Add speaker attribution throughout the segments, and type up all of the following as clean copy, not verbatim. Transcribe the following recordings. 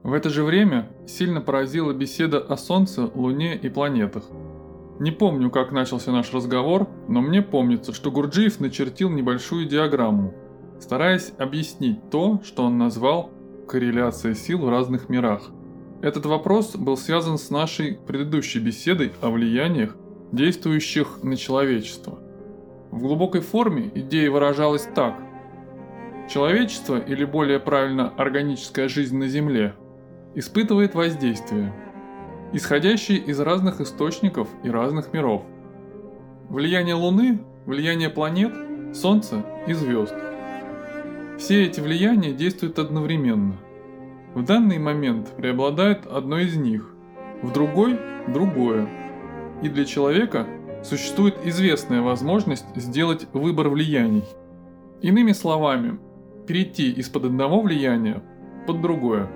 Speaker 1: В это же время сильно поразила беседа о Солнце, Луне и планетах. Не помню, как начался наш разговор, но мне помнится, что Гурджиев начертил небольшую диаграмму, стараясь объяснить то, что он назвал корреляцией сил в разных мирах. Этот вопрос был связан с нашей предыдущей беседой о влияниях, действующих на человечество. В глубокой форме идея выражалась так. Человечество, или более правильно органическая жизнь на Земле, испытывает воздействие, исходящие из разных источников и разных миров. Влияние Луны, влияние планет, Солнца и звезд. Все эти влияния действуют одновременно. В данный момент преобладает одно из них, в другой – другое. И для человека существует известная возможность сделать выбор влияний. Иными словами, перейти из-под одного влияния под другое.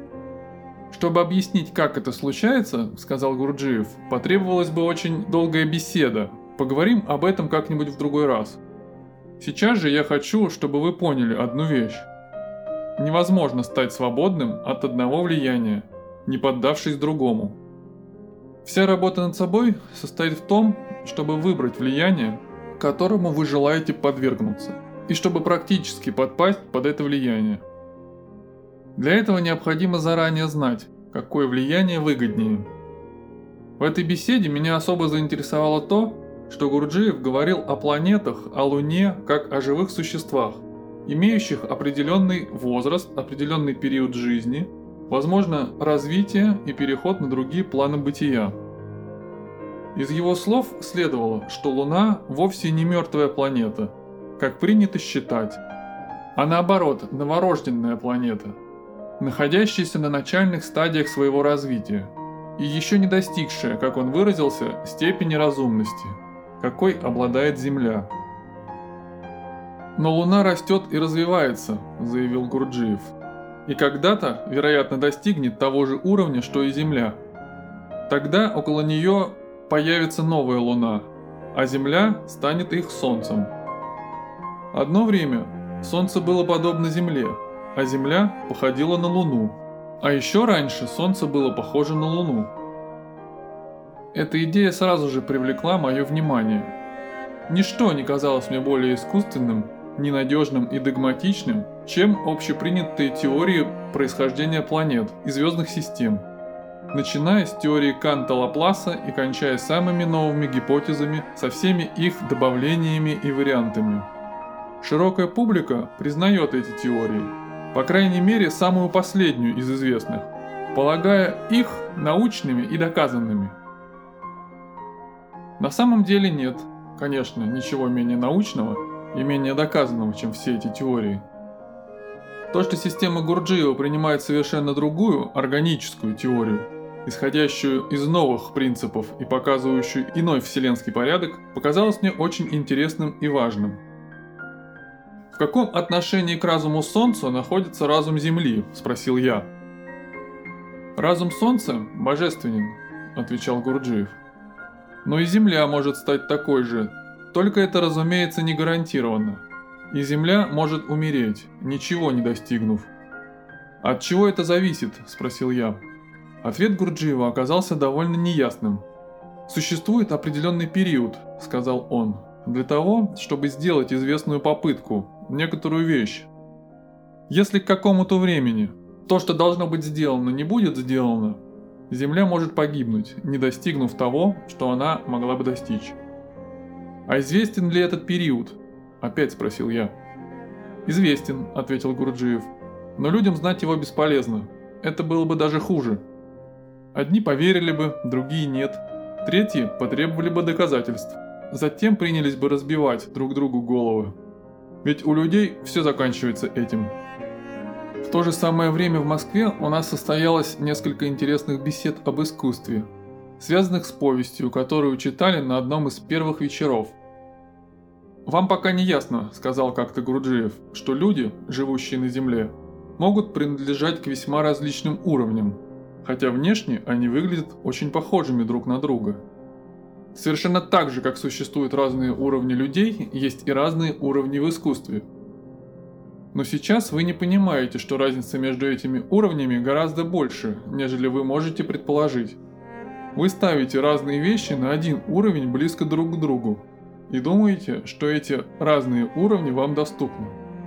Speaker 1: Чтобы объяснить, как это случается, сказал Гурджиев, потребовалась бы очень долгая беседа. Поговорим об этом как-нибудь в другой раз. Сейчас же я хочу, чтобы вы поняли одну вещь. Невозможно стать свободным от одного влияния, не поддавшись другому. Вся работа над собой состоит в том, чтобы выбрать влияние, которому вы желаете подвергнуться, и чтобы практически подпасть под это влияние. Для этого необходимо заранее знать, какое влияние выгоднее. В этой беседе меня особо заинтересовало то, что Гурджиев говорил о планетах, о Луне как о живых существах, имеющих определенный возраст, определенный период жизни, возможно, развитие и переход на другие планы бытия. Из его слов следовало, что Луна вовсе не мертвая планета, как принято считать, а наоборот, новорожденная планета, находящаяся на начальных стадиях своего развития и еще не достигшая, как он выразился, степени разумности, какой обладает Земля. «Но Луна растет и развивается», – заявил Гурджиев, «и когда-то, вероятно, достигнет того же уровня, что и Земля. Тогда около нее появится новая Луна, а Земля станет их Солнцем. Одно время Солнце было подобно Земле, а Земля походила на Луну, а еще раньше Солнце было похоже на Луну. Эта идея сразу же привлекла мое внимание. Ничто не казалось мне более искусственным, ненадежным и догматичным, чем общепринятые теории происхождения планет и звездных систем, начиная с теории Канта-Лапласа и кончая самыми новыми гипотезами со всеми их добавлениями и вариантами. Широкая публика признает эти теории, по крайней мере самую последнюю из известных, полагая их научными и доказанными. На самом деле нет, конечно, ничего менее научного и менее доказанного, чем все эти теории. То, что система Гурджиева принимает совершенно другую, органическую теорию, исходящую из новых принципов и показывающую иной вселенский порядок, показалось мне очень интересным и важным. «В каком отношении к разуму Солнца находится разум Земли?» – спросил я. «Разум Солнца божественен», – отвечал Гурджиев. «Но и Земля может стать такой же, только это, разумеется, не гарантированно. И Земля может умереть, ничего не достигнув». «От чего это зависит?» – спросил я. Ответ Гурджиева оказался довольно неясным. «Существует определенный период», – сказал он, – «для того, чтобы сделать известную попытку, некоторую вещь. Если к какому-то времени то, что должно быть сделано, не будет сделано, Земля может погибнуть, не достигнув того, что она могла бы достичь». «А известен ли этот период?» – опять спросил я. «Известен», – ответил Гурджиев, – «но людям знать его бесполезно. Это было бы даже хуже. Одни поверили бы, другие нет, третьи потребовали бы доказательств, затем принялись бы разбивать друг другу головы. Ведь у людей все заканчивается этим». В то же самое время в Москве у нас состоялось несколько интересных бесед об искусстве, связанных с повестью, которую читали на одном из первых вечеров. «Вам пока не ясно, — сказал как-то Гурджиев, — что люди, живущие на Земле, могут принадлежать к весьма различным уровням, хотя внешне они выглядят очень похожими друг на друга. Совершенно так же, как существуют разные уровни людей, есть и разные уровни в искусстве. Но сейчас вы не понимаете, что разница между этими уровнями гораздо больше, нежели вы можете предположить. Вы ставите разные вещи на один уровень близко друг к другу и думаете, что эти разные уровни вам доступны.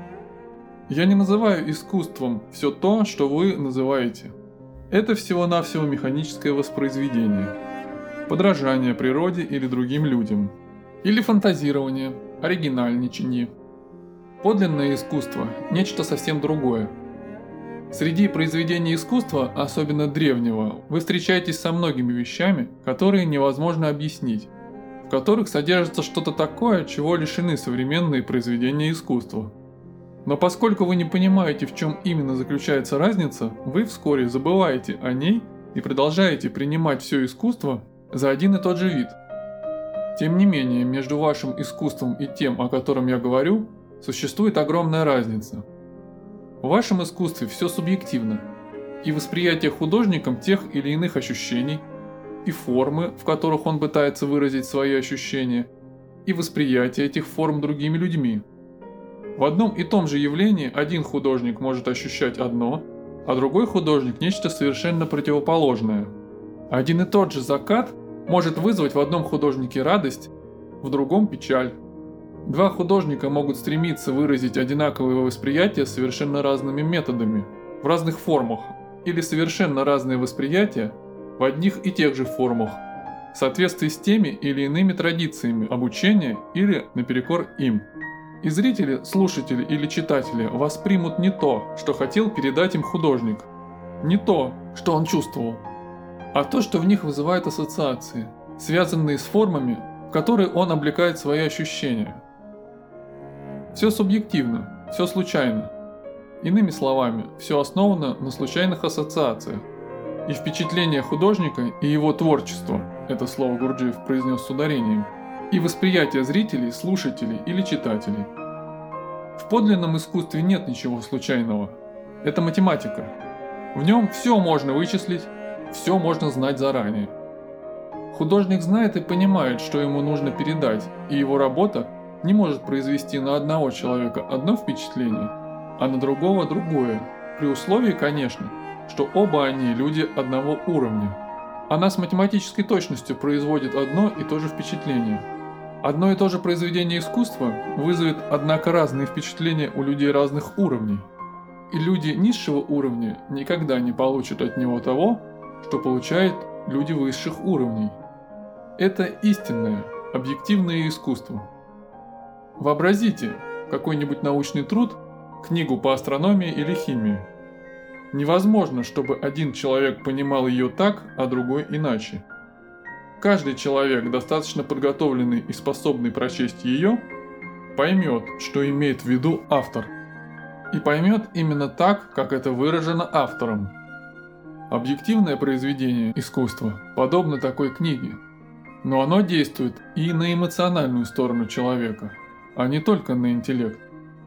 Speaker 1: Я не называю искусством все то, что вы называете. Это всего-навсего механическое воспроизведение, подражание природе или другим людям, или фантазирование, оригинальничание. Подлинное искусство – нечто совсем другое. Среди произведений искусства, особенно древнего, вы встречаетесь со многими вещами, которые невозможно объяснить, в которых содержится что-то такое, чего лишены современные произведения искусства. Но поскольку вы не понимаете, в чем именно заключается разница, вы вскоре забываете о ней и продолжаете принимать все искусство за один и тот же вид. Тем не менее, между вашим искусством и тем, о котором я говорю, существует огромная разница. В вашем искусстве все субъективно, и восприятие художником тех или иных ощущений, и формы, в которых он пытается выразить свои ощущения, и восприятие этих форм другими людьми. В одном и том же явлении один художник может ощущать одно, а другой художник нечто совершенно противоположное. Один и тот же закат может вызвать в одном художнике радость, в другом печаль. Два художника могут стремиться выразить одинаковое восприятие совершенно разными методами, в разных формах, или совершенно разные восприятия в одних и тех же формах, в соответствии с теми или иными традициями обучения или наперекор им. И зрители, слушатели или читатели воспримут не то, что хотел передать им художник, не то, что он чувствовал, а то, что в них вызывает ассоциации, связанные с формами, в которые он облекает свои ощущения. Все субъективно, все случайно. Иными словами, все основано на случайных ассоциациях. И впечатление художника и его творчество, это слово Гурджиев произнес с ударением, и восприятие зрителей, слушателей или читателей. В подлинном искусстве нет ничего случайного. Это математика. В нем все можно вычислить, все можно знать заранее. Художник знает и понимает, что ему нужно передать, и его работа не может произвести на одного человека одно впечатление, а на другого другое, при условии, конечно, что оба они люди одного уровня. Она с математической точностью производит одно и то же впечатление. Одно и то же произведение искусства вызовет, однако, разные впечатления у людей разных уровней. И люди низшего уровня никогда не получат от него того, что получают люди высших уровней. Это истинное, объективное искусство. Вообразите какой-нибудь научный труд, книгу по астрономии или химии. Невозможно, чтобы один человек понимал ее так, а другой иначе. Каждый человек, достаточно подготовленный и способный прочесть ее, поймет, что имеет в виду автор. И поймет именно так, как это выражено автором. Объективное произведение искусства подобно такой книге, но оно действует и на эмоциональную сторону человека, а не только на интеллект.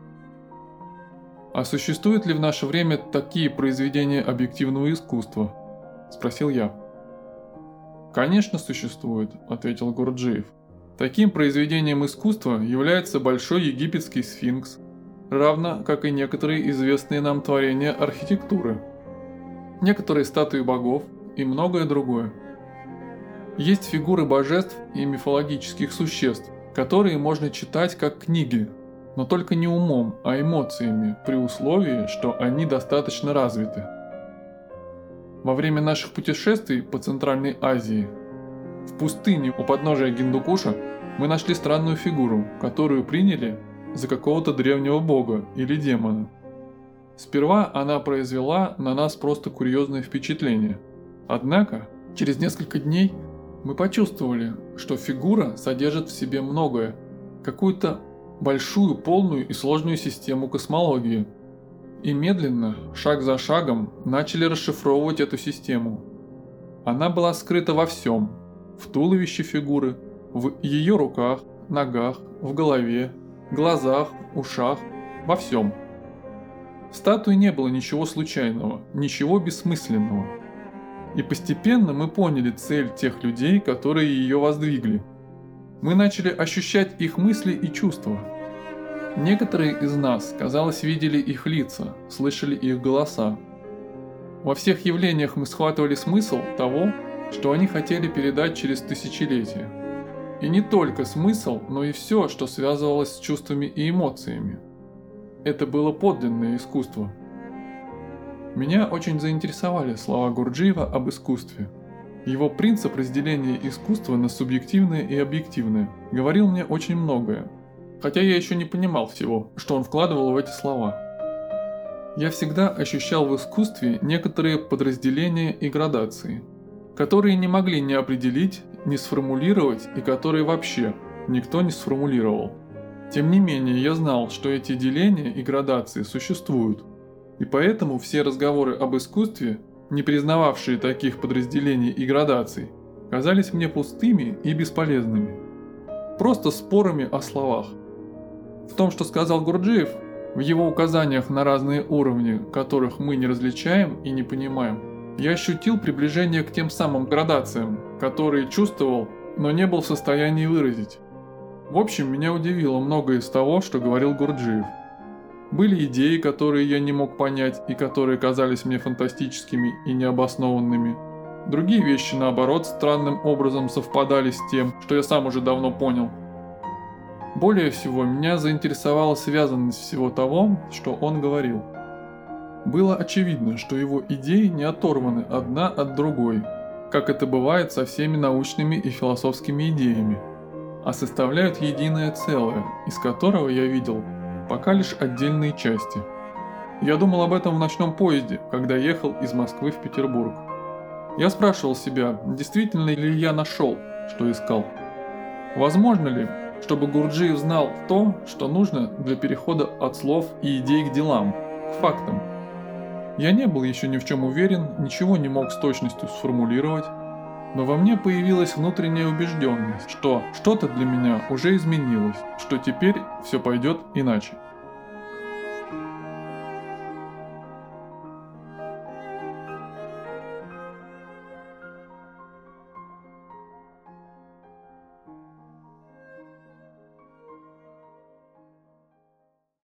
Speaker 1: «А существуют ли в наше время такие произведения объективного искусства?» – спросил я. «Конечно существует», – ответил Гурджиев. «Таким произведением искусства является Большой египетский сфинкс, равно как и некоторые известные нам творения архитектуры, некоторые статуи богов и многое другое. Есть фигуры божеств и мифологических существ, которые можно читать как книги, но только не умом, а эмоциями, при условии, что они достаточно развиты. Во время наших путешествий по Центральной Азии, в пустыне у подножия Гиндукуша, мы нашли странную фигуру, которую приняли за какого-то древнего бога или демона. Сперва она произвела на нас просто курьезное впечатление. Однако, через несколько дней мы почувствовали, что фигура содержит в себе многое, какую-то большую, полную и сложную систему космологии. И медленно, шаг за шагом, начали расшифровывать эту систему. Она была скрыта во всем: в туловище фигуры, в ее руках, ногах, в голове, глазах, ушах, во всем. В статуе не было ничего случайного, ничего бессмысленного. И постепенно мы поняли цель тех людей, которые ее воздвигли. Мы начали ощущать их мысли и чувства. Некоторые из нас, казалось, видели их лица, слышали их голоса. Во всех явлениях мы схватывали смысл того, что они хотели передать через тысячелетия. И не только смысл, но и все, что связывалось с чувствами и эмоциями. Это было подлинное искусство. Меня очень заинтересовали слова Гурджиева об искусстве. Его принцип разделения искусства на субъективное и объективное говорил мне очень многое, хотя я еще не понимал всего, что он вкладывал в эти слова. Я всегда ощущал в искусстве некоторые подразделения и градации, которые не могли ни определить, ни сформулировать и которые вообще никто не сформулировал. Тем не менее, я знал, что эти деления и градации существуют, и поэтому все разговоры об искусстве, не признававшие таких подразделений и градаций, казались мне пустыми и бесполезными. Просто спорами о словах. В том, что сказал Гурджиев, в его указаниях на разные уровни, которых мы не различаем и не понимаем, я ощутил приближение к тем самым градациям, которые чувствовал, но не был в состоянии выразить. В общем, меня удивило многое из того, что говорил Гурджиев. Были идеи, которые я не мог понять и которые казались мне фантастическими и необоснованными. Другие вещи, наоборот, странным образом совпадали с тем, что я сам уже давно понял. Более всего, меня заинтересовала связанность всего того, что он говорил. Было очевидно, что его идеи не оторваны одна от другой, как это бывает со всеми научными и философскими идеями, а составляют единое целое, из которого я видел пока лишь отдельные части. Я думал об этом в ночном поезде, когда ехал из Москвы в Петербург. Я спрашивал себя, действительно ли я нашел, что искал. Возможно ли, чтобы Гурджиев знал то, что нужно для перехода от слов и идей к делам, к фактам? Я не был еще ни в чем уверен, ничего не мог с точностью сформулировать, но во мне появилась внутренняя убежденность, что что-то для меня уже изменилось, что теперь все пойдет иначе.